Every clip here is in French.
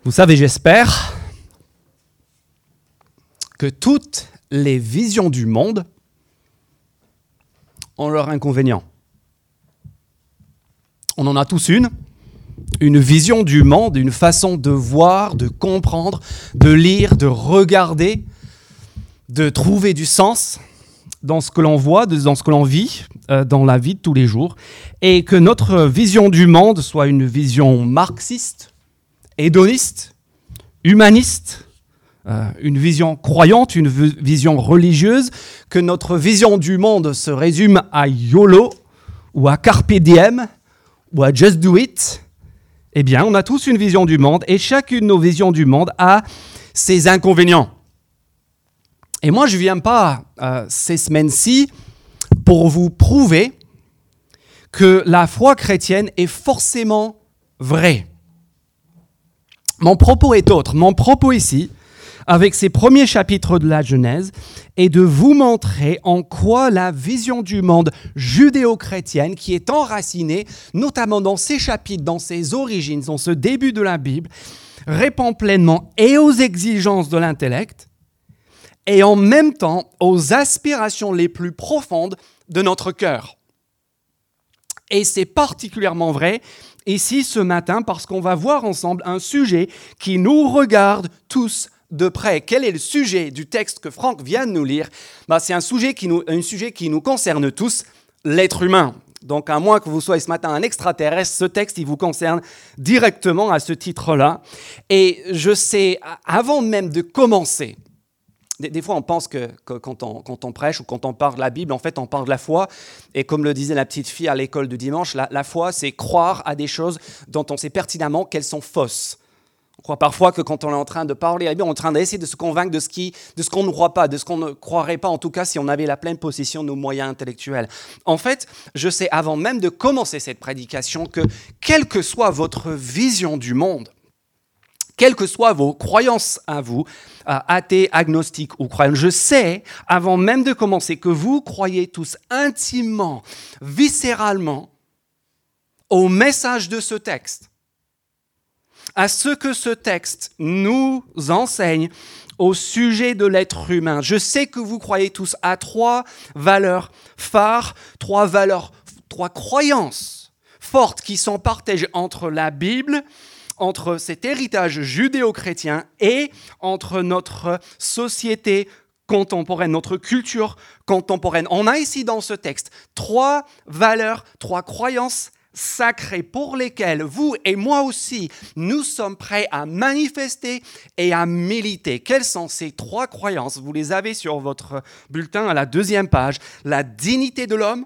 Vous savez, j'espère que toutes les visions du monde ont leurs inconvénients. On en a tous une vision du monde, une façon de voir, de comprendre, de lire, de regarder, de trouver du sens dans ce que l'on voit, dans ce que l'on vit, dans la vie de tous les jours, et que notre vision du monde soit une vision marxiste, hédoniste, humaniste, une vision croyante, une vision religieuse, que notre vision du monde se résume à YOLO, ou à Carpe Diem, ou à Just Do It. Eh bien, on a tous une vision du monde, et chacune de nos visions du monde a ses inconvénients. Et moi, je ne viens pas ces semaines-ci pour vous prouver que la foi chrétienne est forcément vraie. Mon propos est autre. Mon propos ici, avec ces premiers chapitres de la Genèse, est de vous montrer en quoi la vision du monde judéo-chrétienne, qui est enracinée, notamment dans ces chapitres, dans ses origines, dans ce début de la Bible, répond pleinement et aux exigences de l'intellect, et en même temps aux aspirations les plus profondes de notre cœur. Et c'est particulièrement vrai ici ce matin parce qu'on va voir ensemble un sujet qui nous regarde tous de près. Quel est le sujet du texte que Franck vient de nous lire ? C'est un sujet qui nous concerne tous, l'être humain. Donc à moins que vous soyez ce matin un extraterrestre, ce texte il vous concerne directement à ce titre-là. Et je sais, avant même de commencer, des fois, on pense que quand on prêche ou quand on parle de la Bible, en fait, on parle de la foi. Et comme le disait la petite fille à l'école du dimanche, la foi, c'est croire à des choses dont on sait pertinemment qu'elles sont fausses. On croit parfois que quand on est en train de parler de la Bible, on est en train d'essayer de se convaincre de ce qu'on ne croit pas, de ce qu'on ne croirait pas, en tout cas si on avait la pleine possession de nos moyens intellectuels. En fait, je sais avant même de commencer cette prédication que quelle que soit votre vision du monde, quelles que soient vos croyances à vous, athées, agnostiques ou croyants, je sais, avant même de commencer, que vous croyez tous intimement, viscéralement, au message de ce texte, à ce que ce texte nous enseigne au sujet de l'être humain. Je sais que vous croyez tous à trois valeurs phares, trois croyances fortes qui sont partagées entre la Bible, entre cet héritage judéo-chrétien et entre notre société contemporaine, notre culture contemporaine. On a ici dans ce texte trois valeurs, trois croyances sacrées pour lesquelles vous et moi aussi, nous sommes prêts à manifester et à militer. Quelles sont ces trois croyances ? Vous les avez sur votre bulletin à la 2e page. La dignité de l'homme,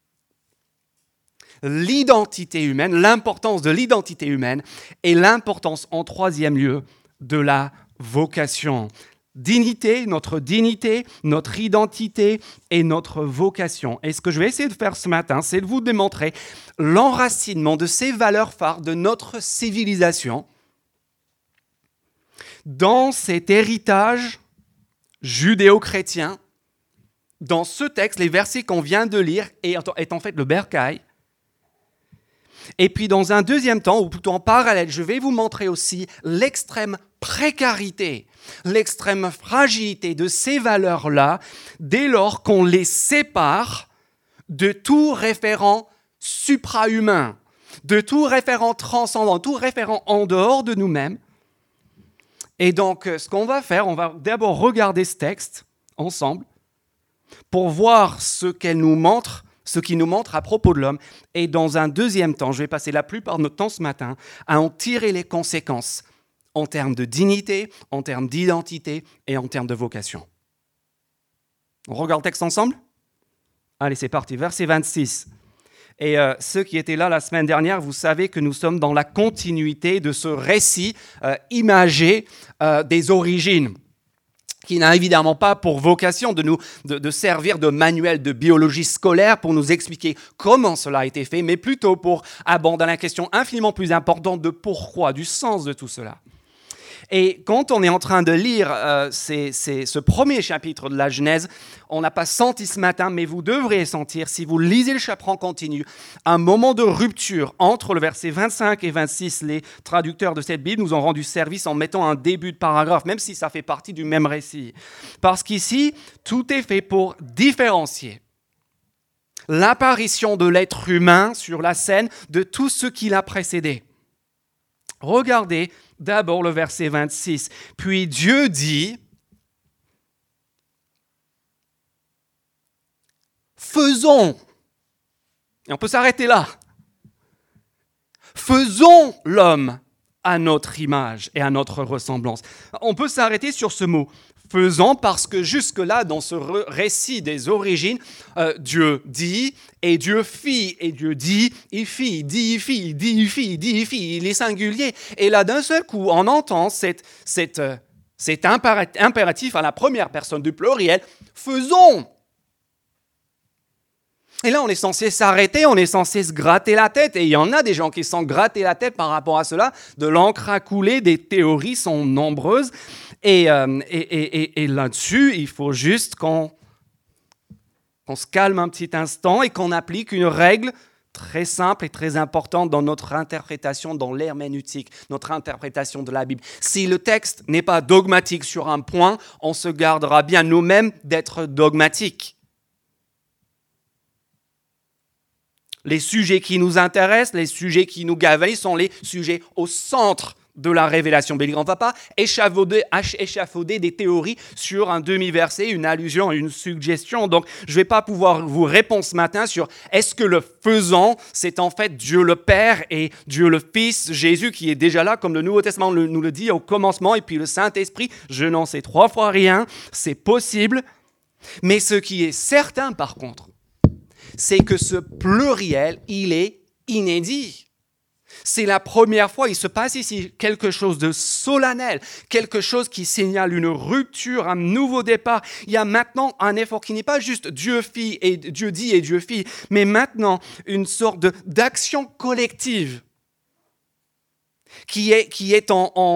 l'identité humaine, l'importance de l'identité humaine et l'importance en 3e lieu de la vocation. Dignité, notre identité et notre vocation. Et ce que je vais essayer de faire ce matin, c'est de vous démontrer l'enracinement de ces valeurs phares de notre civilisation dans cet héritage judéo-chrétien, dans ce texte, les versets qu'on vient de lire est en fait le bercail. Et puis dans un deuxième temps, ou plutôt en parallèle, je vais vous montrer aussi l'extrême précarité, l'extrême fragilité de ces valeurs-là, dès lors qu'on les sépare de tout référent supra-humain, de tout référent transcendant, tout référent en dehors de nous-mêmes. Et donc, ce qu'on va faire, on va d'abord regarder ce texte ensemble pour voir ce qu'il nous montre à propos de l'homme. Et dans un deuxième temps, je vais passer la plupart de notre temps ce matin à en tirer les conséquences en termes de dignité, en termes d'identité et en termes de vocation. On regarde le texte ensemble ? Allez, c'est parti. Verset 26. Et ceux qui étaient là la semaine dernière, vous savez que nous sommes dans la continuité de ce récit imagé des origines, qui n'a évidemment pas pour vocation de servir de manuel de biologie scolaire pour nous expliquer comment cela a été fait, mais plutôt pour aborder la question infiniment plus importante de pourquoi, du sens de tout cela. Et quand on est en train de lire ce premier chapitre de la Genèse, on n'a pas senti ce matin, mais vous devriez sentir, si vous lisez le chapitre en continu, un moment de rupture entre le verset 25 et 26. Les traducteurs de cette Bible nous ont rendu service en mettant un début de paragraphe, même si ça fait partie du même récit. Parce qu'ici, tout est fait pour différencier l'apparition de l'être humain sur la scène de tout ce qui l'a précédé. Regardez d'abord le verset 26. « Puis Dieu dit, faisons. » Et on peut s'arrêter là. « Faisons l'homme à notre image et à notre ressemblance. » On peut s'arrêter sur ce mot « faisons » parce que jusque-là, dans ce récit des origines, Dieu dit et Dieu fit, et Dieu dit, il fit, il dit, il fit, il dit, il fit, il dit, il fit, il est singulier. Et là, d'un seul coup, on entend cet impératif à la première personne du pluriel, « faisons ». Et là, on est censé s'arrêter, on est censé se gratter la tête. Et il y en a des gens qui se sont grattés la tête par rapport à cela. De l'encre à couler, des théories sont nombreuses. Et là-dessus, il faut juste qu'on se calme un petit instant et qu'on applique une règle très simple et très importante dans notre interprétation, dans l'herméneutique, notre interprétation de la Bible. Si le texte n'est pas dogmatique sur un point, on se gardera bien nous-mêmes d'être dogmatiques. Les sujets qui nous intéressent, les sujets qui nous galvanisent sont les sujets au centre de la révélation biblique. On ne va pas échafauder des théories sur un demi-verset, une allusion, une suggestion. Donc, je ne vais pas pouvoir vous répondre ce matin sur est-ce que le faisant, c'est en fait Dieu le Père et Dieu le Fils, Jésus qui est déjà là, comme le Nouveau Testament nous le dit au commencement, et puis le Saint-Esprit, je n'en sais 3 fois rien, c'est possible. Mais ce qui est certain, par contre, c'est que ce pluriel, il est inédit. C'est la première fois, il se passe ici quelque chose de solennel, quelque chose qui signale une rupture, un nouveau départ. Il y a maintenant un effort qui n'est pas juste Dieu fit et Dieu dit et Dieu fit, mais maintenant une sorte d'action collective qui est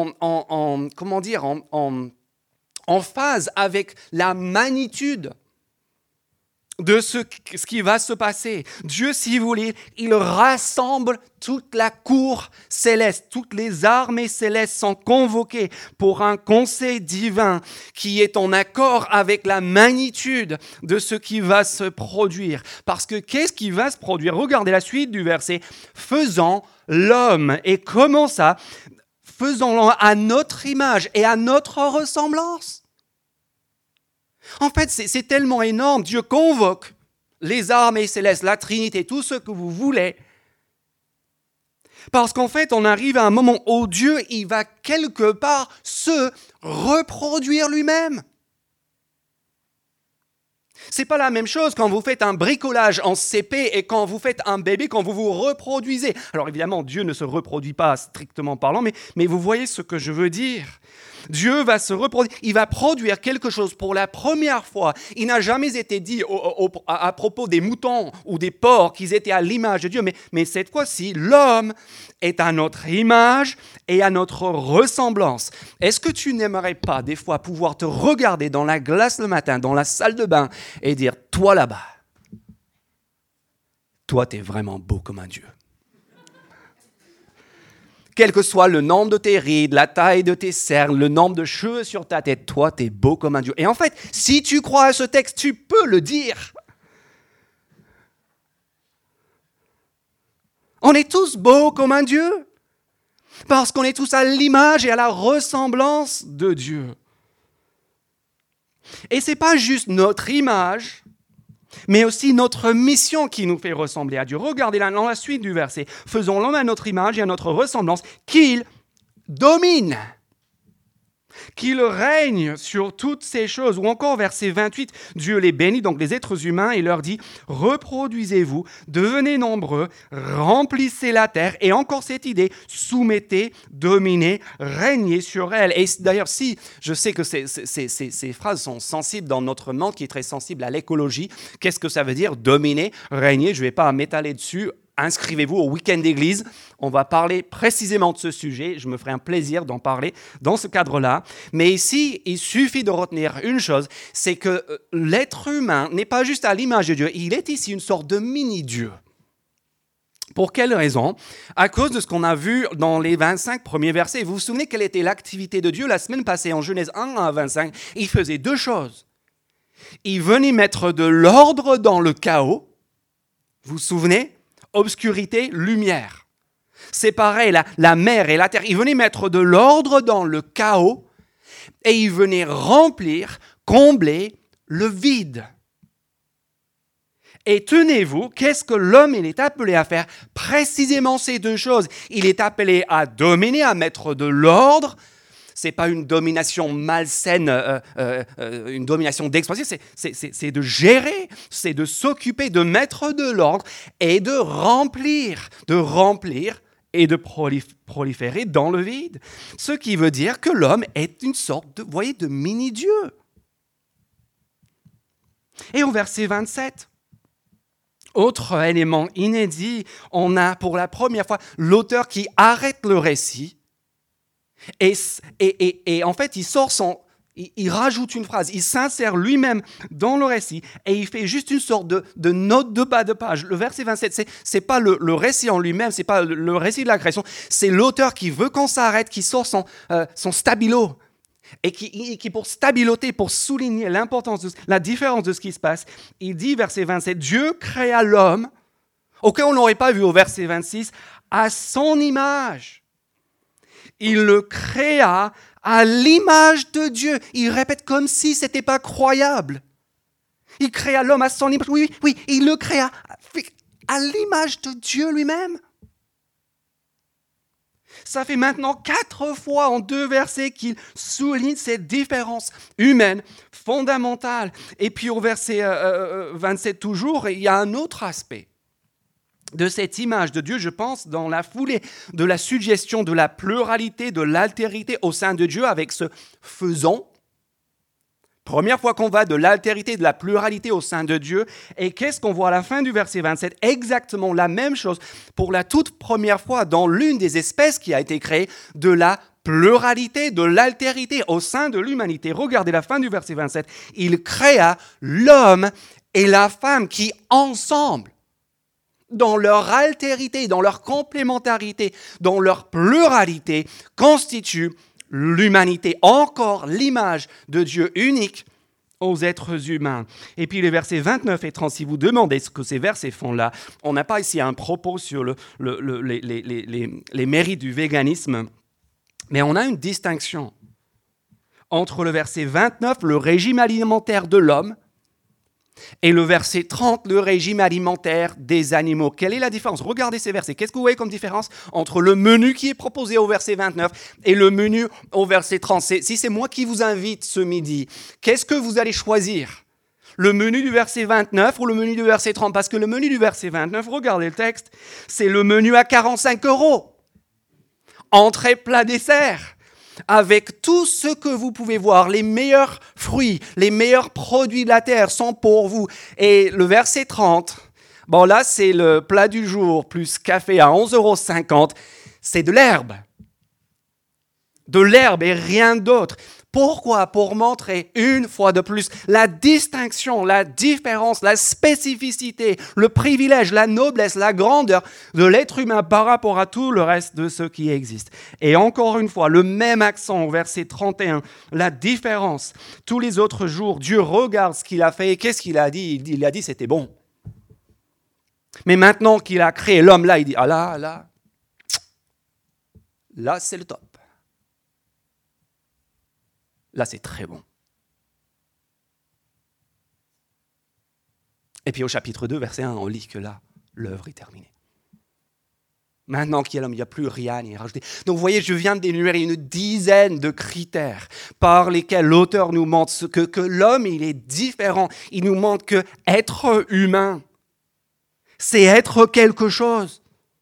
en phase avec la magnitude de ce qui va se passer. Dieu, si vous voulez, il rassemble toute la cour céleste. Toutes les armées célestes sont convoquées pour un conseil divin qui est en accord avec la magnitude de ce qui va se produire. Parce que qu'est-ce qui va se produire? Regardez la suite du verset. « Faisant l'homme ». Et comment ça? Faisons-le à notre image et à notre ressemblance. En fait, c'est tellement énorme. Dieu convoque les armées célestes, la Trinité, tout ce que vous voulez. Parce qu'en fait, on arrive à un moment où Dieu, il va quelque part se reproduire lui-même. C'est pas la même chose quand vous faites un bricolage en CP et quand vous faites un bébé, quand vous vous reproduisez. Alors évidemment, Dieu ne se reproduit pas strictement parlant, mais vous voyez ce que je veux dire. Dieu va se reproduire, il va produire quelque chose pour la première fois. Il n'a jamais été dit à propos des moutons ou des porcs qu'ils étaient à l'image de Dieu, mais cette fois-ci, l'homme est à notre image et à notre ressemblance. Est-ce que tu n'aimerais pas des fois pouvoir te regarder dans la glace le matin, dans la salle de bain et dire, toi là-bas, toi t'es vraiment beau comme un Dieu. Quel que soit le nombre de tes rides, la taille de tes cernes, le nombre de cheveux sur ta tête, toi, t'es beau comme un Dieu. Et en fait, si tu crois à ce texte, tu peux le dire. On est tous beaux comme un Dieu, parce qu'on est tous à l'image et à la ressemblance de Dieu. Et ce n'est pas juste notre image, mais aussi notre mission qui nous fait ressembler à Dieu. Regardez là, dans la suite du verset. « Faisons l'homme à notre image et à notre ressemblance, qu'il domine, qu'il règne sur toutes ces choses. » Ou encore verset 28, Dieu les bénit, donc les êtres humains, et leur dit « Reproduisez-vous, devenez nombreux, remplissez la terre. » Et encore cette idée, soumettez, dominez, régnez sur elle. Et d'ailleurs, si je sais que ces phrases sont sensibles dans notre monde qui est très sensible à l'écologie, qu'est-ce que ça veut dire dominer, régner? Je ne vais pas m'étaler dessus. inscrivez-vous au week-end d'église. On va parler précisément de ce sujet. Je me ferai un plaisir d'en parler dans ce cadre-là. Mais ici, il suffit de retenir une chose, c'est que l'être humain n'est pas juste à l'image de Dieu. Il est ici une sorte de mini-Dieu. Pour quelle raison ? À cause de ce qu'on a vu dans les 25 premiers versets. Vous vous souvenez quelle était l'activité de Dieu la semaine passée en Genèse 1 à 25 ? Il faisait deux choses. Il venait mettre de l'ordre dans le chaos. Vous vous souvenez ? Obscurité, lumière. C'est pareil, la mer et la terre. Il venait mettre de l'ordre dans le chaos et il venait remplir, combler le vide. Et tenez-vous, qu'est-ce que l'homme il est appelé à faire ? Précisément ces deux choses. Il est appelé à dominer, à mettre de l'ordre. Ce n'est pas une domination malsaine, une domination d'expansion. C'est de gérer, c'est de s'occuper, de mettre de l'ordre et de remplir et de proliférer dans le vide. Ce qui veut dire que l'homme est une sorte de mini-dieu. Et au verset 27, autre élément inédit, on a pour la première fois l'auteur qui arrête le récit et en fait il rajoute une phrase, il s'insère lui-même dans le récit et il fait juste une sorte de note de bas de page. Le verset 27, c'est pas le récit en lui-même, c'est pas le récit de la création, c'est l'auteur qui veut qu'on s'arrête, qui sort son stabilo. Et qui pour stabiloter, pour souligner l'importance, la différence de ce qui se passe, il dit, verset 27, Dieu créa l'homme, auquel on n'aurait pas vu au verset 26, à son image. Il le créa à l'image de Dieu. Il répète comme si ce n'était pas croyable. Il créa l'homme à son image. Oui, il le créa à l'image de Dieu lui-même. Ça fait maintenant 4 fois en 2 versets qu'il souligne cette différence humaine fondamentale. Et puis au verset 27 toujours, il y a un autre aspect de cette image de Dieu, je pense, dans la foulée de la suggestion de la pluralité, de l'altérité au sein de Dieu avec ce « faisons ». Première fois qu'on va de l'altérité, de la pluralité au sein de Dieu. Et qu'est-ce qu'on voit à la fin du verset 27 ? Exactement la même chose pour la toute première fois dans l'une des espèces qui a été créée, de la pluralité, de l'altérité au sein de l'humanité. Regardez la fin du verset 27. Il créa l'homme et la femme qui, ensemble, dans leur altérité, dans leur complémentarité, dans leur pluralité, constituent l'humanité, encore l'image de Dieu unique aux êtres humains. Et puis les versets 29 et 30, si vous demandez ce que ces versets font là, on n'a pas ici un propos sur les mérites du véganisme, mais on a une distinction entre le verset 29, le régime alimentaire de l'homme, et le verset 30, le régime alimentaire des animaux. Quelle est la différence ? Regardez ces versets. Qu'est-ce que vous voyez comme différence entre le menu qui est proposé au verset 29 et le menu au verset 30 ? Si c'est moi qui vous invite ce midi, qu'est-ce que vous allez choisir ? Le menu du verset 29 ou le menu du verset 30 ? Parce que le menu du verset 29, regardez le texte, c'est le menu à 45 €. Entrée, plat, dessert. Avec tout ce que vous pouvez voir, les meilleurs fruits, les meilleurs produits de la terre sont pour vous. Et le verset 30, bon là c'est le plat du jour plus café à 11,50 €, c'est de l'herbe. De l'herbe et rien d'autre. Pourquoi ? Pour montrer une fois de plus la distinction, la différence, la spécificité, le privilège, la noblesse, la grandeur de l'être humain par rapport à tout le reste de ce qui existe. Et encore une fois, le même accent au verset 31, la différence. Tous les autres jours, Dieu regarde ce qu'il a fait et qu'est-ce qu'il a dit ? Il a dit c'était bon. Mais maintenant qu'il a créé l'homme là, il dit ah là c'est le top. Là, c'est très bon. Et puis au chapitre 2, verset 1, on lit que là, l'œuvre est terminée. Maintenant qu'il y a l'homme, il n'y a plus rien à y rajouter. Donc vous voyez, je viens d'énumérer une dizaine de critères par lesquels l'auteur nous montre que l'homme, il est différent. Il nous montre que être humain, c'est être quelque chose.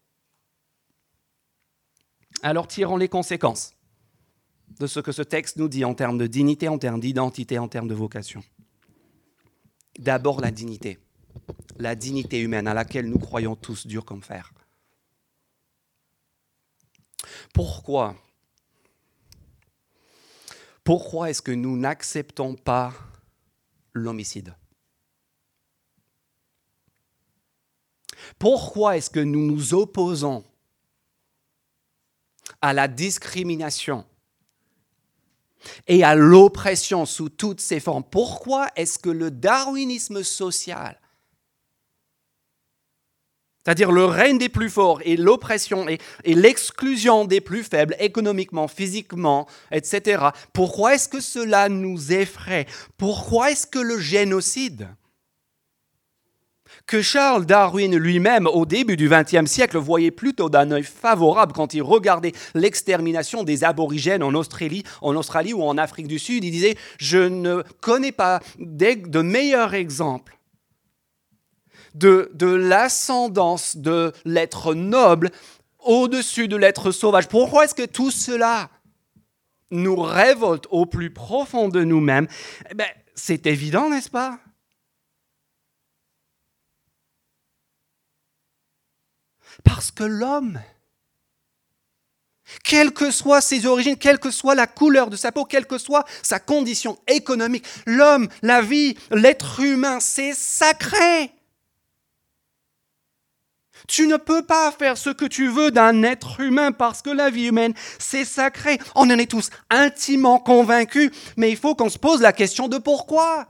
Alors tirons les conséquences de ce que ce texte nous dit en termes de dignité, en termes d'identité, en termes de vocation. D'abord la dignité. la dignité humaine à laquelle nous croyons tous dur comme fer. Pourquoi est-ce que nous n'acceptons pas l'homicide? Pourquoi est-ce que nous nous opposons à la discrimination et à l'oppression sous toutes ses formes? Pourquoi est-ce que le darwinisme social, c'est-à-dire le règne des plus forts et l'oppression et l'exclusion des plus faibles économiquement, physiquement, etc., pourquoi est-ce que cela nous effraie? Pourquoi est-ce que le génocide, que Charles Darwin lui-même, au début du XXe siècle, voyait plutôt d'un œil favorable quand il regardait l'extermination des aborigènes en Australie ou en Afrique du Sud, il disait « Je ne connais pas de meilleur exemple de l'ascendance de l'être noble au-dessus de l'être sauvage. » Pourquoi est-ce que tout cela nous révolte au plus profond de nous-mêmes? C'est évident, n'est-ce pas? Parce que l'homme, quelles que soient ses origines, quelle que soit la couleur de sa peau, quelle que soit sa condition économique, l'homme, la vie, l'être humain, c'est sacré. Tu ne peux pas faire ce que tu veux d'un être humain parce que la vie humaine, c'est sacré. On en est tous intimement convaincus, mais il faut qu'on se pose la question de pourquoi.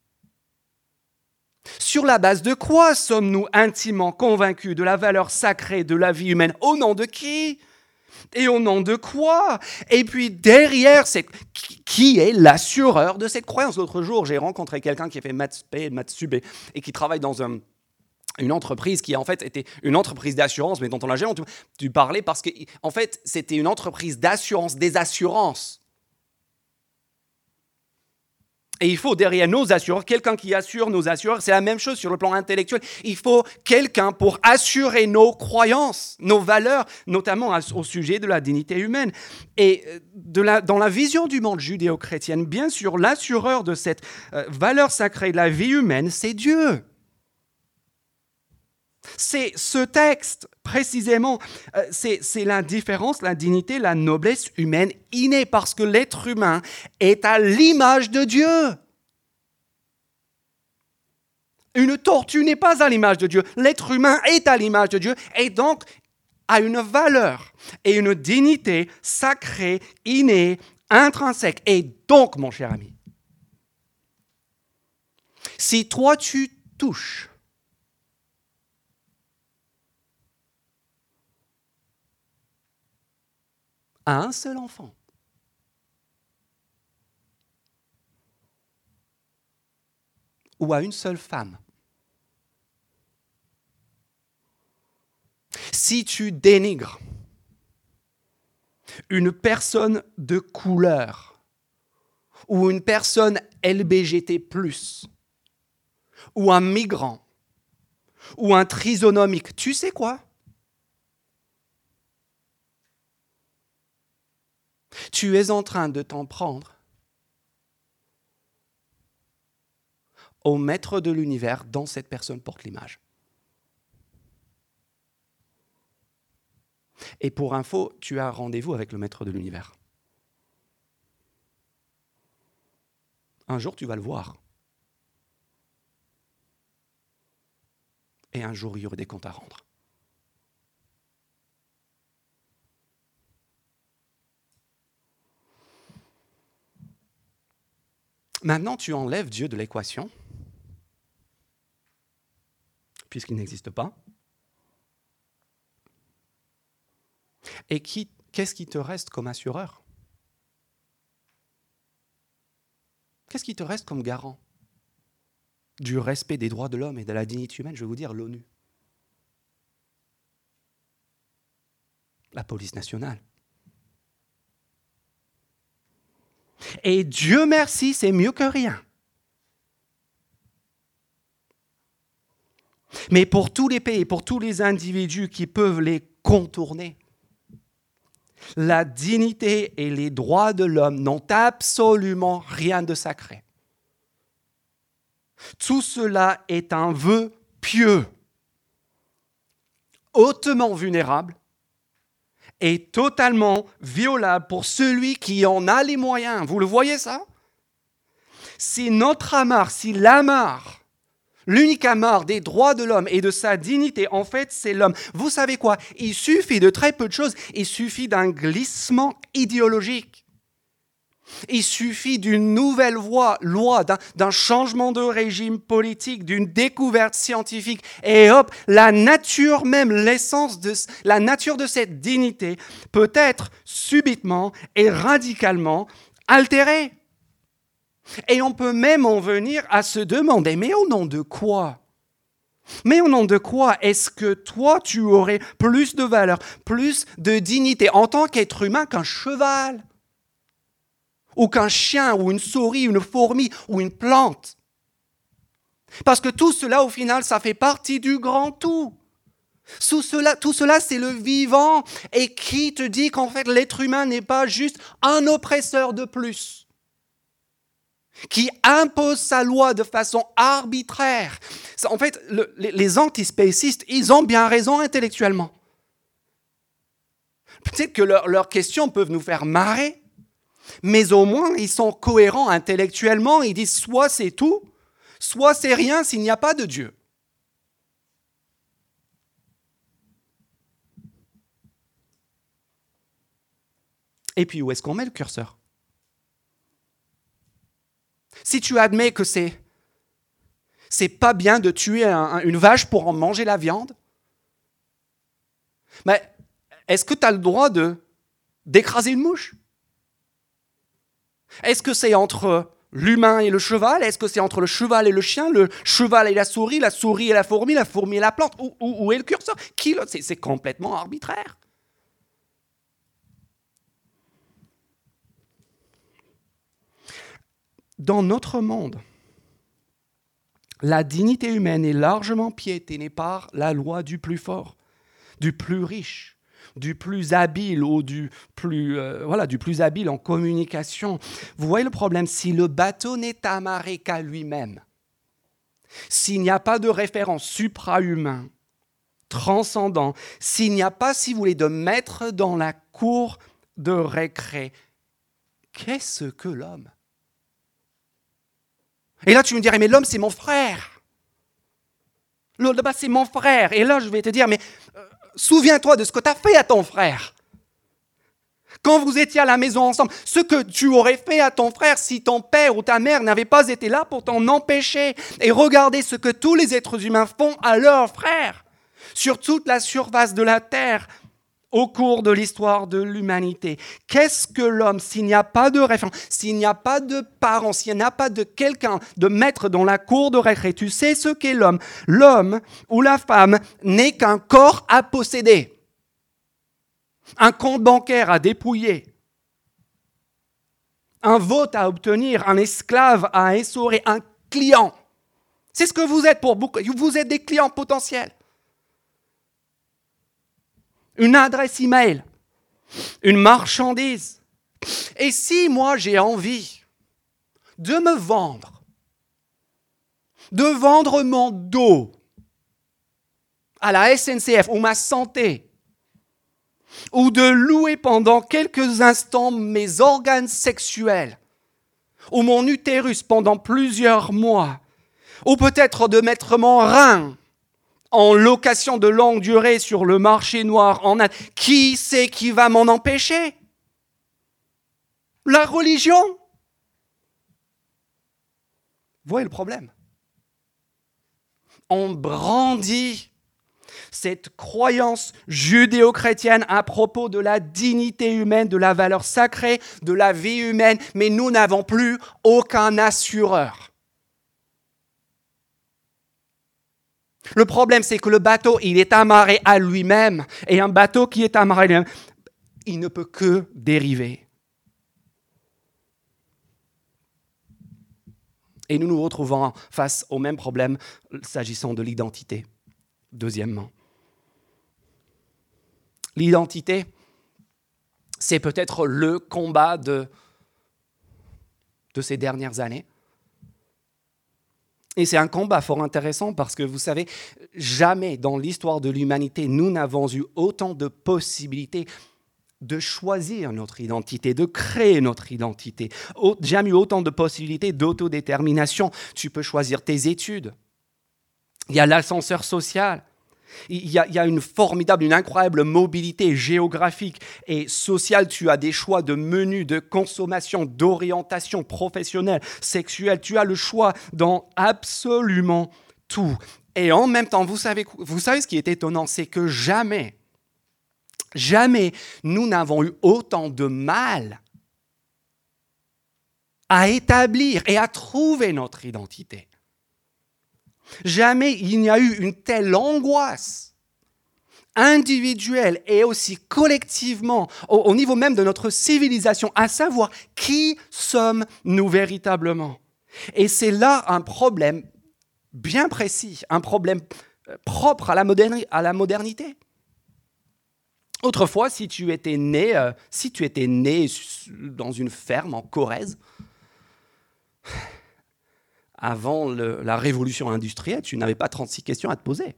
Sur la base de quoi sommes-nous intimement convaincus de la valeur sacrée de la vie humaine? Au nom de qui? Et au nom de quoi? Et puis derrière, qui est l'assureur de cette croyance? L'autre jour, j'ai rencontré quelqu'un qui a fait maths spé, maths sub et qui travaille dans une entreprise qui en fait était une entreprise d'assurance, mais dont on n'a jamais entendu parler parce que en fait, c'était une entreprise d'assurance, des assurances. Et il faut derrière nos assureurs, quelqu'un qui assure nos assureurs. C'est la même chose sur le plan intellectuel. Il faut quelqu'un pour assurer nos croyances, nos valeurs, notamment au sujet de la dignité humaine. Et dans la vision du monde judéo-chrétienne, bien sûr, l'assureur de cette valeur sacrée de la vie humaine, c'est Dieu. C'est ce texte, précisément, c'est la différence, la dignité, la noblesse humaine innée, parce que l'être humain est à l'image de Dieu. Une tortue n'est pas à l'image de Dieu. L'être humain est à l'image de Dieu et donc a une valeur et une dignité sacrée, innée, intrinsèque. Et donc, mon cher ami, si toi tu touches à un seul enfant, ou à une seule femme, si tu dénigres une personne de couleur, ou une personne LBGT+, ou un migrant, ou un trisonomique, tu sais quoi? Tu es en train de t'en prendre au maître de l'univers dont cette personne porte l'image. Et pour info, tu as rendez-vous avec le maître de l'univers. Un jour, tu vas le voir. Et un jour, il y aura des comptes à rendre. Maintenant, tu enlèves Dieu de l'équation, puisqu'il n'existe pas. Et qu'est-ce qui te reste comme assureur? Qu'est-ce qui te reste comme garant du respect des droits de l'homme et de la dignité humaine? Je vais vous dire l'ONU. La police nationale. Et Dieu merci, c'est mieux que rien. Mais pour tous les pays, pour tous les individus qui peuvent les contourner, la dignité et les droits de l'homme n'ont absolument rien de sacré. Tout cela est un vœu pieux, hautement vulnérable et totalement violable pour celui qui en a les moyens. Vous le voyez ça? Si notre amarre, si l'amarre, l'unique amarre des droits de l'homme et de sa dignité, en fait, c'est l'homme. Vous savez quoi? Il suffit de très peu de choses. Il suffit d'un glissement idéologique. Il suffit d'une nouvelle loi, d'un changement de régime politique, d'une découverte scientifique. Et hop, la nature même, la nature de cette dignité peut être subitement et radicalement altérée. Et on peut même en venir à se demander, mais au nom de quoi? Mais au nom de quoi est-ce que toi, tu aurais plus de valeur, plus de dignité en tant qu'être humain qu'un cheval? Ou qu'un chien, ou une souris, une fourmi, ou une plante? Parce que tout cela, au final, ça fait partie du grand tout. Tout cela, c'est le vivant. Et qui te dit qu'en fait, l'être humain n'est pas juste un oppresseur de plus, qui impose sa loi de façon arbitraire? En fait, les antispécistes, ils ont bien raison intellectuellement. Peut-être que leurs questions peuvent nous faire marrer, mais au moins, ils sont cohérents intellectuellement. Ils disent soit c'est tout, soit c'est rien s'il n'y a pas de Dieu. Et puis, où est-ce qu'on met le curseur? Si tu admets que c'est pas bien de tuer une vache pour en manger la viande, mais est-ce que tu as le droit d'écraser une mouche? Est-ce que c'est entre l'humain et le cheval? Est-ce que c'est entre le cheval et le chien, le cheval et la souris et la fourmi et la plante? Où est le curseur? C'est complètement arbitraire. Dans notre monde, la dignité humaine est largement piétinée par la loi du plus fort, du plus riche, du plus habile ou du plus habile en communication. Vous voyez le problème? Si le bateau n'est amarré qu'à lui-même, s'il n'y a pas de référent supra-humain, transcendant, s'il n'y a pas, si vous voulez, de maître dans la cour de récré, qu'est-ce que l'homme? Et là, tu me dirais, mais l'homme, c'est mon frère. L'homme, c'est mon frère. Et là, je vais te dire, mais souviens-toi de ce que tu as fait à ton frère. Quand vous étiez à la maison ensemble, ce que tu aurais fait à ton frère si ton père ou ta mère n'avaient pas été là pour t'en empêcher. Et regardez ce que tous les êtres humains font à leurs frères sur toute la surface de la terre au cours de l'histoire de l'humanité. Qu'est-ce que l'homme s'il n'y a pas de référent, s'il n'y a pas de parent, s'il n'y a pas de quelqu'un de maître dans la cour de récré? Tu sais ce qu'est l'homme? L'homme ou la femme n'est qu'un corps à posséder, un compte bancaire à dépouiller, un vote à obtenir, un esclave à essorer, un client. C'est ce que vous êtes pour beaucoup. Vous êtes des clients potentiels. Une adresse email, une marchandise. Et si moi j'ai envie de me vendre, de vendre mon dos à la SNCF ou ma santé, ou de louer pendant quelques instants mes organes sexuels, ou mon utérus pendant plusieurs mois, ou peut-être de mettre mon rein en location de longue durée sur le marché noir en Inde, qui c'est qui va m'en empêcher? La religion? Vous voyez le problème? On brandit cette croyance judéo-chrétienne à propos de la dignité humaine, de la valeur sacrée, de la vie humaine, mais nous n'avons plus aucun assureur. Le problème, c'est que le bateau, il est amarré à lui-même. Et un bateau qui est amarré à lui-même, il ne peut que dériver. Et nous nous retrouvons face au même problème s'agissant de l'identité. Deuxièmement, l'identité, c'est peut-être le combat de ces dernières années. Et c'est un combat fort intéressant parce que vous savez, jamais dans l'histoire de l'humanité, nous n'avons eu autant de possibilités de choisir notre identité, de créer notre identité. Jamais eu autant de possibilités d'autodétermination. Tu peux choisir tes études. Il y a l'ascenseur social. Il y a une formidable, une incroyable mobilité géographique et sociale. Tu as des choix de menus, de consommation, d'orientation professionnelle, sexuelle. Tu as le choix dans absolument tout. Et en même temps, vous savez ce qui est étonnant, c'est que jamais nous n'avons eu autant de mal à établir et à trouver notre identité. Jamais il n'y a eu une telle angoisse individuelle et aussi collectivement, au niveau même de notre civilisation, à savoir qui sommes-nous véritablement. Et c'est là un problème bien précis, un problème propre à la modernité. Autrefois, si tu étais né dans une ferme en Corrèze, avant la révolution industrielle, tu n'avais pas 36 questions à te poser.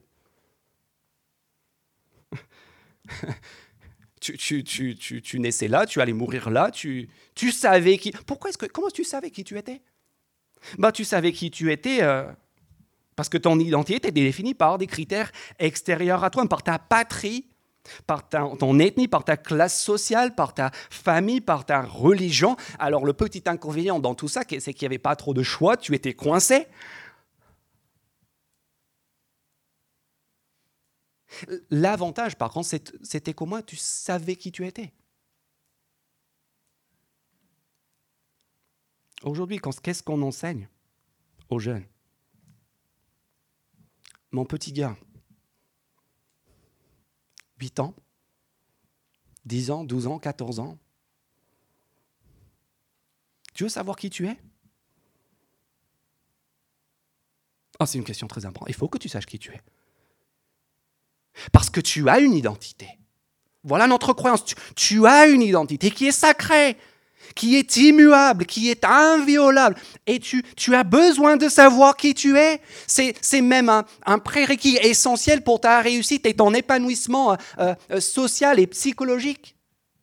Tu naissais là, tu allais mourir là, tu savais qui... Comment tu savais qui tu étais ? Tu savais qui tu étais parce que ton identité était définie par des critères extérieurs à toi, par ta patrie, par ton ethnie, par ta classe sociale, par ta famille, par ta religion. Alors le petit inconvénient dans tout ça, c'est qu'il n'y avait pas trop de choix, tu étais coincé. L'avantage, par contre, c'était qu'au moins tu savais qui tu étais. Aujourd'hui, qu'est-ce qu'on enseigne aux jeunes ? Mon petit gars, 8 ans, 10 ans, 12 ans, 14 ans. Tu veux savoir qui tu es ? C'est une question très importante. Il faut que tu saches qui tu es. Parce que tu as une identité. Voilà notre croyance. Tu as une identité qui est sacrée, qui est immuable, qui est inviolable. Et tu as besoin de savoir qui tu es. C'est même un prérequis essentiel pour ta réussite et ton épanouissement social et psychologique.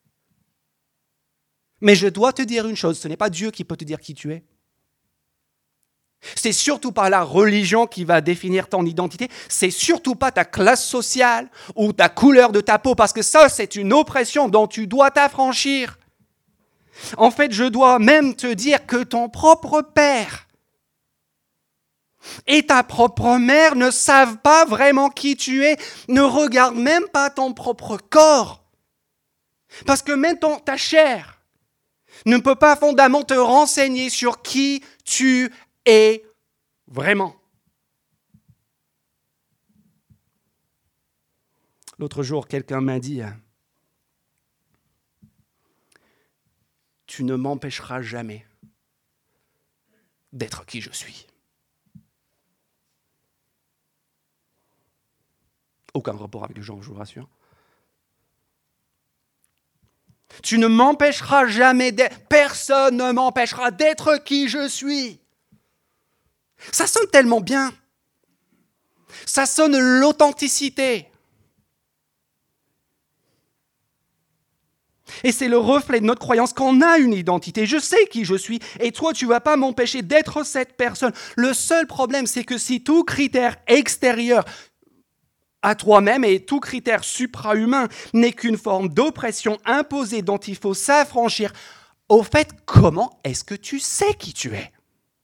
Mais je dois te dire une chose, ce n'est pas Dieu qui peut te dire qui tu es. C'est surtout pas la religion qui va définir ton identité, c'est surtout pas ta classe sociale ou ta couleur de ta peau, parce que ça, c'est une oppression dont tu dois t'affranchir. En fait, je dois même te dire que ton propre père et ta propre mère ne savent pas vraiment qui tu es, ne regardent même pas ton propre corps. Parce que même ta chair ne peut pas fondamentalement te renseigner sur qui tu es vraiment. L'autre jour, quelqu'un m'a dit « Tu ne m'empêcheras jamais d'être qui je suis. » Aucun rapport avec les gens, je vous rassure. Tu ne m'empêcheras jamais personne ne m'empêchera d'être qui je suis. Ça sonne tellement bien. Ça sonne l'authenticité. Et c'est le reflet de notre croyance qu'on a une identité. Je sais qui je suis et toi, tu ne vas pas m'empêcher d'être cette personne. Le seul problème, c'est que si tout critère extérieur à toi-même et tout critère supra-humain n'est qu'une forme d'oppression imposée dont il faut s'affranchir, au fait, comment est-ce que tu sais qui tu es ?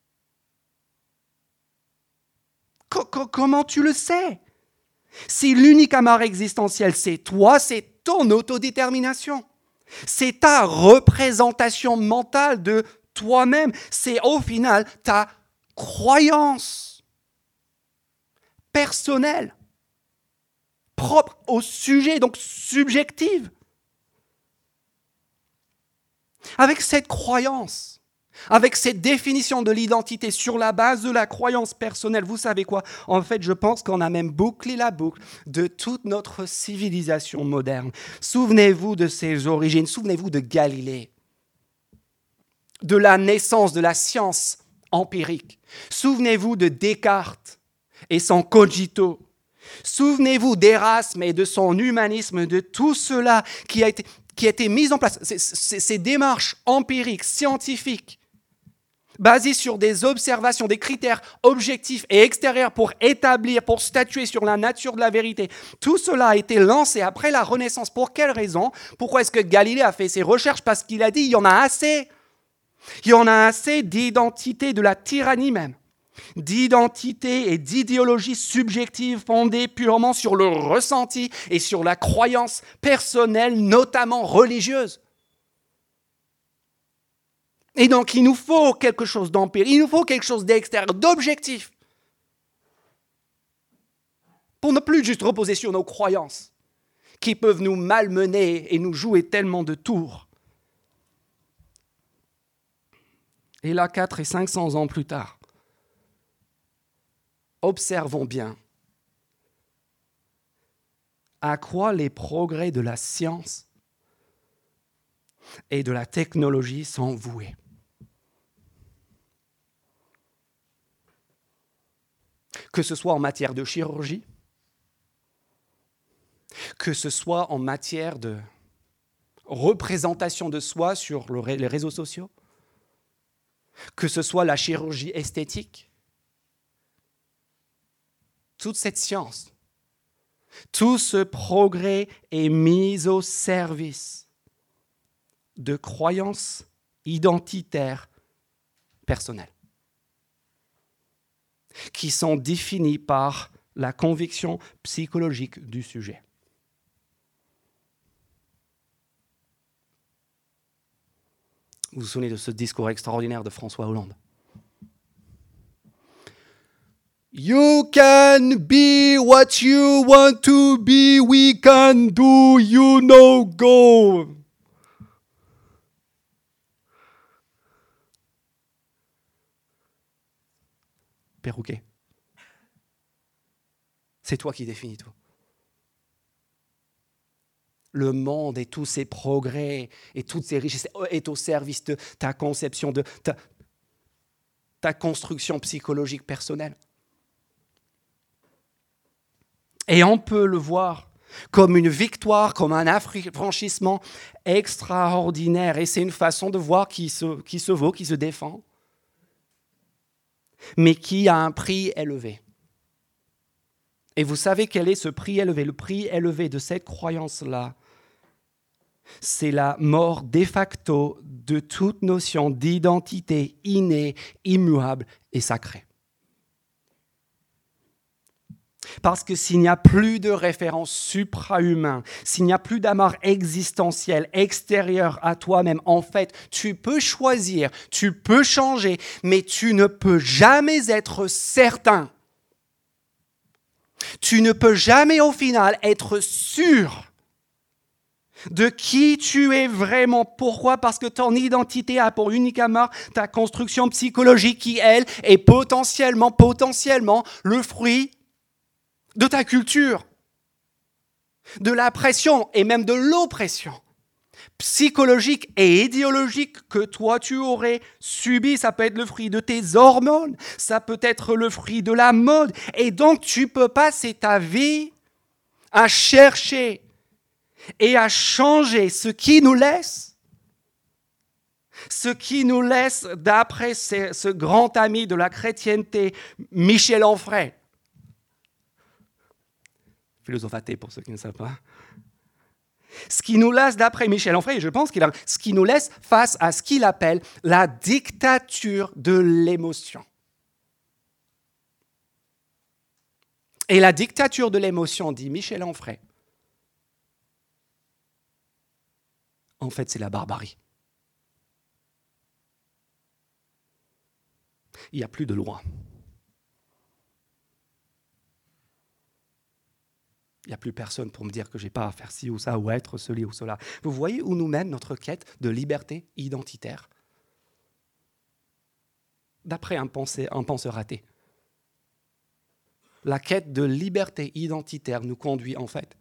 Comment tu le sais ? Si l'unique amarre existentiel, c'est toi, c'est ton autodétermination. C'est ta représentation mentale de toi-même. C'est au final ta croyance personnelle, propre au sujet, donc subjective. Avec cette croyance, avec cette définition de l'identité sur la base de la croyance personnelle, vous savez quoi ? En fait, je pense qu'on a même bouclé la boucle de toute notre civilisation moderne. Souvenez-vous de ses origines, souvenez-vous de Galilée, de la naissance de la science empirique. Souvenez-vous de Descartes et son cogito. Souvenez-vous d'Erasme et de son humanisme, de tout cela qui a été mis en place. Ces démarches empiriques, scientifiques, basées sur des observations, des critères objectifs et extérieurs pour établir, pour statuer sur la nature de la vérité. Tout cela a été lancé après la Renaissance. Pour quelle raison ? Pourquoi est-ce que Galilée a fait ses recherches ? Parce qu'il a dit, il y en a assez. Il y en a assez d'identité, de la tyrannie même, d'identité et d'idéologie subjective fondée purement sur le ressenti et sur la croyance personnelle, notamment religieuse. Et donc, il nous faut quelque chose d'empirique, il nous faut quelque chose d'extérieur, d'objectif, pour ne plus juste reposer sur nos croyances, qui peuvent nous malmener et nous jouer tellement de tours. Et là, 400 et 500 ans plus tard, observons bien à quoi les progrès de la science et de la technologie sont voués. Que ce soit en matière de chirurgie, que ce soit en matière de représentation de soi sur les réseaux sociaux, que ce soit la chirurgie esthétique, toute cette science, tout ce progrès est mis au service de croyances identitaires personnelles, qui sont définies par la conviction psychologique du sujet. Vous vous souvenez de ce discours extraordinaire de François Hollande ? You can be what you want to be, we can do, you know, go. Perroquet. C'est toi qui définis tout. Le monde et tous ses progrès et toutes ses richesses est au service de ta conception, de ta construction psychologique personnelle. Et on peut le voir comme une victoire, comme un affranchissement extraordinaire. Et c'est une façon de voir qui se vaut, qui se défend, mais qui a un prix élevé. Et vous savez quel est ce prix élevé ? Le prix élevé de cette croyance-là, c'est la mort de facto de toute notion d'identité innée, immuable et sacrée. Parce que s'il n'y a plus de référence supra-humain, s'il n'y a plus d'amour existentiel extérieur à toi-même, en fait, tu peux choisir, tu peux changer, mais tu ne peux jamais être certain. Tu ne peux jamais au final être sûr de qui tu es vraiment. Pourquoi ? Parce que ton identité a pour unique amarre ta construction psychologique qui, elle, est potentiellement le fruit de ta culture, de la pression et même de l'oppression psychologique et idéologique que toi tu aurais subi. Ça peut être le fruit de tes hormones, ça peut être le fruit de la mode. Et donc tu peux passer ta vie à chercher et à changer ce qui nous laisse, d'après ce grand ami de la chrétienté, Michel Onfray. Philosophe athée pour ceux qui ne savent pas. Ce qui nous laisse, d'après Michel Onfray, je pense ce qui nous laisse face à ce qu'il appelle la dictature de l'émotion. Et la dictature de l'émotion, dit Michel Onfray, en fait, c'est la barbarie. Il n'y a plus de loi. Il n'y a plus personne pour me dire que je n'ai pas à faire ci ou ça, ou à être celi ou cela. Vous voyez où nous mène notre quête de liberté identitaire ? D'après un penseur athée. La quête de liberté identitaire nous conduit en fait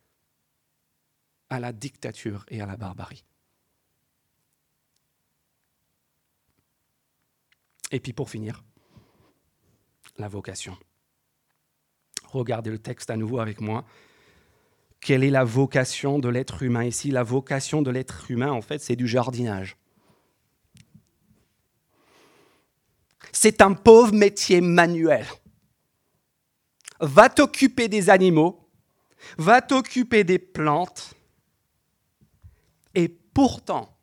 à la dictature et à la barbarie. Et puis pour finir, la vocation. Regardez le texte à nouveau avec moi. Quelle est la vocation de l'être humain ici? La vocation de l'être humain, en fait, c'est du jardinage. C'est un pauvre métier manuel. Va t'occuper des animaux, va t'occuper des plantes, et pourtant,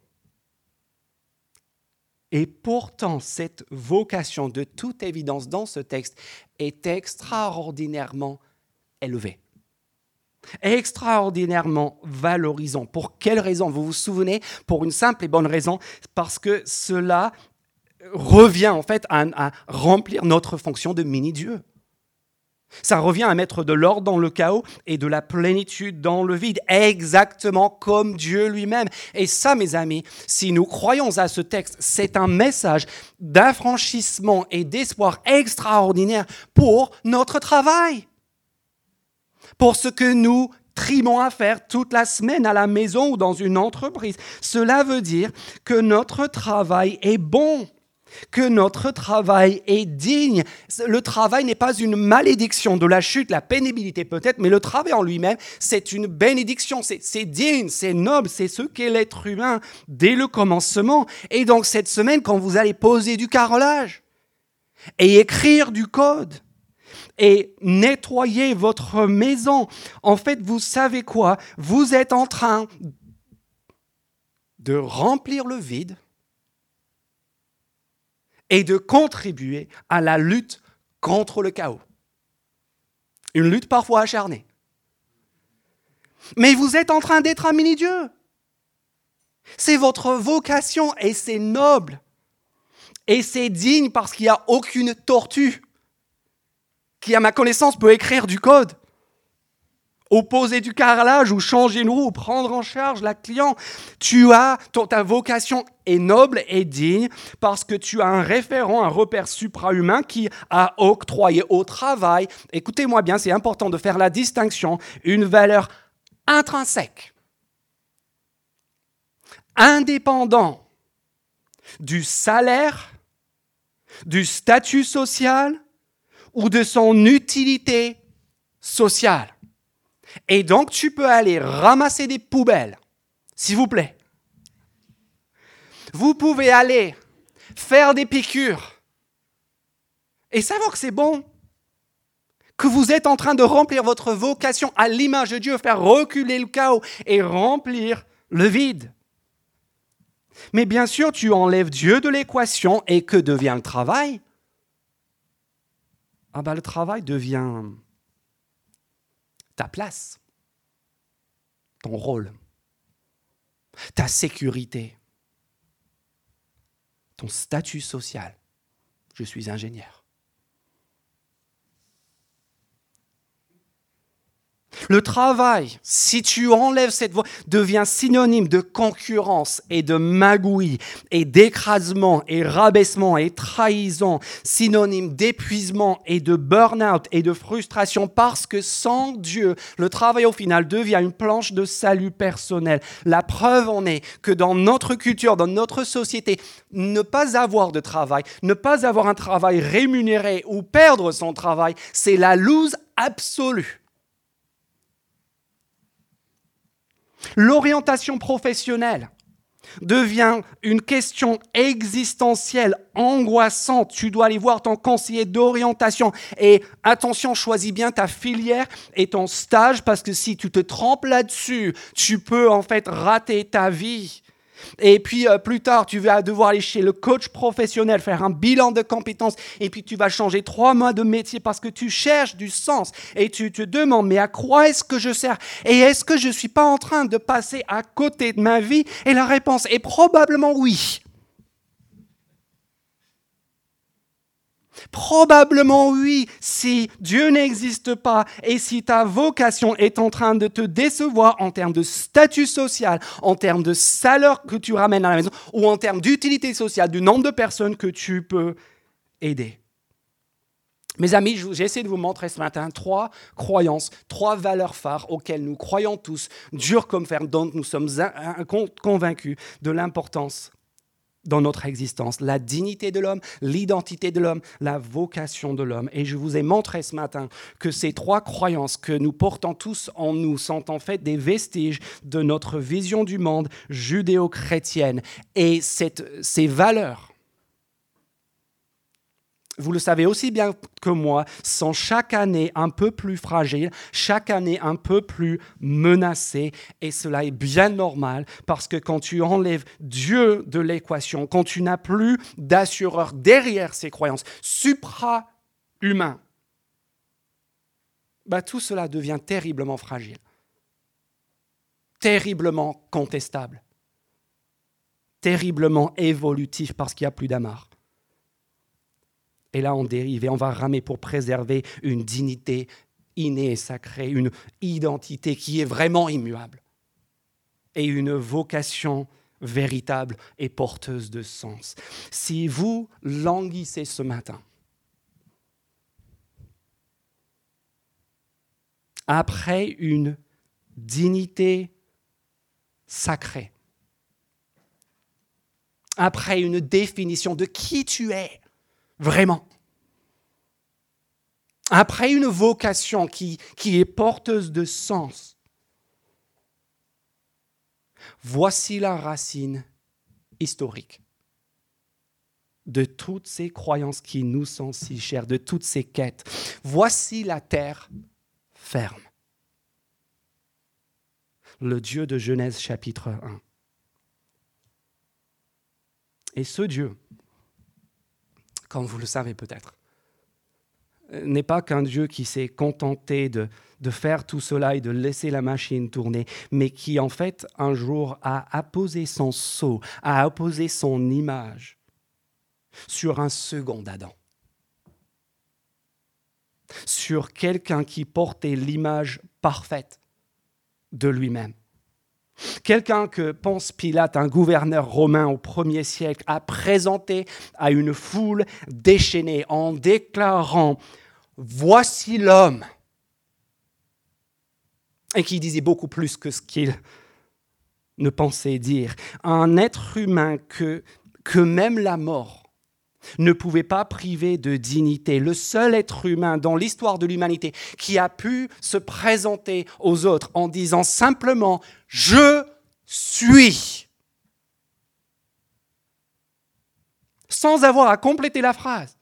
cette vocation, de toute évidence, dans ce texte, est extraordinairement élevée. Extraordinairement valorisant. Pour quelle raison? Vous vous souvenez? Pour une simple et bonne raison, parce que cela revient en fait à remplir notre fonction de mini-dieu. Ça revient à mettre de l'ordre dans le chaos et de la plénitude dans le vide, exactement comme Dieu lui-même. Et ça, mes amis, si nous croyons à ce texte, c'est un message d'affranchissement et d'espoir extraordinaire pour notre travail, pour ce que nous trimons à faire toute la semaine à la maison ou dans une entreprise. Cela veut dire que notre travail est bon, que notre travail est digne. Le travail n'est pas une malédiction de la chute, la pénibilité peut-être, mais le travail en lui-même, c'est une bénédiction, c'est digne, c'est noble, c'est ce qu'est l'être humain dès le commencement. Et donc cette semaine, quand vous allez poser du carrelage et écrire du code et nettoyer votre maison, en fait, vous savez quoi? Vous êtes en train de remplir le vide et de contribuer à la lutte contre le chaos. Une lutte parfois acharnée. Mais vous êtes en train d'être un mini-dieu. C'est votre vocation et c'est noble. Et c'est digne parce qu'il n'y a aucune tortue qui, à ma connaissance, peut écrire du code, ou poser du carrelage, ou changer une roue, ou prendre en charge la cliente. Ta vocation est noble et digne parce que tu as un référent, un repère supra-humain qui a octroyé au travail, écoutez-moi bien, c'est important de faire la distinction, une valeur intrinsèque, indépendant du salaire, du statut social ou de son utilité sociale. Et donc, tu peux aller ramasser des poubelles, s'il vous plaît. Vous pouvez aller faire des piqûres et savoir que c'est bon, que vous êtes en train de remplir votre vocation à l'image de Dieu, faire reculer le chaos et remplir le vide. Mais bien sûr, tu enlèves Dieu de l'équation et que devient le travail? Le travail devient ta place, ton rôle, ta sécurité, ton statut social. Je suis ingénieur. Le travail, si tu enlèves cette voie, devient synonyme de concurrence et de magouille et d'écrasement et rabaissement et trahison, synonyme d'épuisement et de burn-out et de frustration parce que sans Dieu, le travail au final devient une planche de salut personnel. La preuve en est que dans notre culture, dans notre société, ne pas avoir de travail, ne pas avoir un travail rémunéré ou perdre son travail, c'est la loose absolue. L'orientation professionnelle devient une question existentielle, angoissante. Tu dois aller voir ton conseiller d'orientation. Et attention, choisis bien ta filière et ton stage parce que si tu te trompes là-dessus, tu peux en fait rater ta vie. Et puis plus tard, tu vas devoir aller chez le coach professionnel, faire un bilan de compétences et puis tu vas changer 3 mois de métier parce que tu cherches du sens et tu te demandes mais à quoi est-ce que je sers et est-ce que je ne suis pas en train de passer à côté de ma vie? Et la réponse est probablement oui. Probablement oui, si Dieu n'existe pas et si ta vocation est en train de te décevoir en termes de statut social, en termes de salaire que tu ramènes à la maison ou en termes d'utilité sociale, du nombre de personnes que tu peux aider. Mes amis, j'ai essayé de vous montrer ce matin 3 croyances, 3 valeurs phares auxquelles nous croyons tous, dures comme fer, dont nous sommes convaincus de l'importance dans notre existence, la dignité de l'homme, l'identité de l'homme, la vocation de l'homme. Et je vous ai montré ce matin que ces trois croyances que nous portons tous en nous sont en fait des vestiges de notre vision du monde judéo-chrétienne. Et ces valeurs, vous le savez aussi bien que moi, sont chaque année un peu plus fragiles, chaque année un peu plus menacées. Et cela est bien normal parce que quand tu enlèves Dieu de l'équation, quand tu n'as plus d'assureur derrière ces croyances supra-humains, tout cela devient terriblement fragile, terriblement contestable, terriblement évolutif parce qu'il n'y a plus d'amarre. Et là, on dérive et on va ramer pour préserver une dignité innée et sacrée, une identité qui est vraiment immuable et une vocation véritable et porteuse de sens. Si vous languissez ce matin après une dignité sacrée, après une définition de qui tu es, vraiment. Après une vocation qui est porteuse de sens, voici la racine historique de toutes ces croyances qui nous sont si chères, de toutes ces quêtes. Voici la terre ferme. Le Dieu de Genèse chapitre 1. Et ce Dieu, comme vous le savez peut-être, n'est pas qu'un Dieu qui s'est contenté de faire tout cela et de laisser la machine tourner, mais qui en fait un jour a apposé son sceau, a apposé son image sur un second Adam, sur quelqu'un qui portait l'image parfaite de lui-même. Quelqu'un que Ponce Pilate, un gouverneur romain au 1er siècle, a présenté à une foule déchaînée en déclarant « Voici l'homme » et qui disait beaucoup plus que ce qu'il ne pensait dire. Un être humain que même la mort ne pouvait pas priver de dignité. Le seul être humain dans l'histoire de l'humanité qui a pu se présenter aux autres en disant simplement « Je suis », sans avoir à compléter la phrase.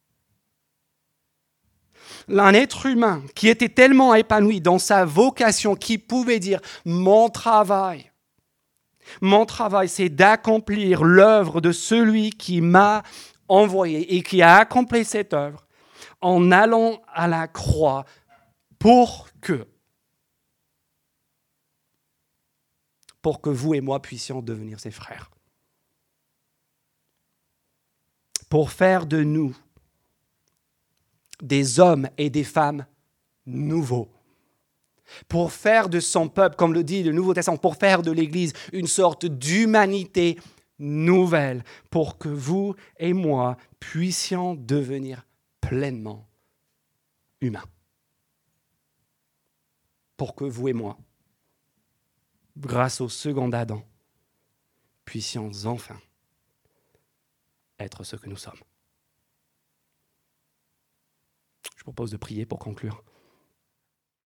Un être humain qui était tellement épanoui dans sa vocation qu'il pouvait dire « Mon travail, c'est d'accomplir l'œuvre de celui qui m'a envoyé et qui a accompli cette œuvre en allant à la croix pour que vous et moi puissions devenir ses frères. Pour faire de nous des hommes et des femmes nouveaux. Pour faire de son peuple, comme le dit le Nouveau Testament, pour faire de l'Église une sorte d'humanité nouvelle, pour que vous et moi puissions devenir pleinement humains. Pour que vous et moi, grâce au second Adam, puissions enfin être ce que nous sommes. Je propose de prier pour conclure.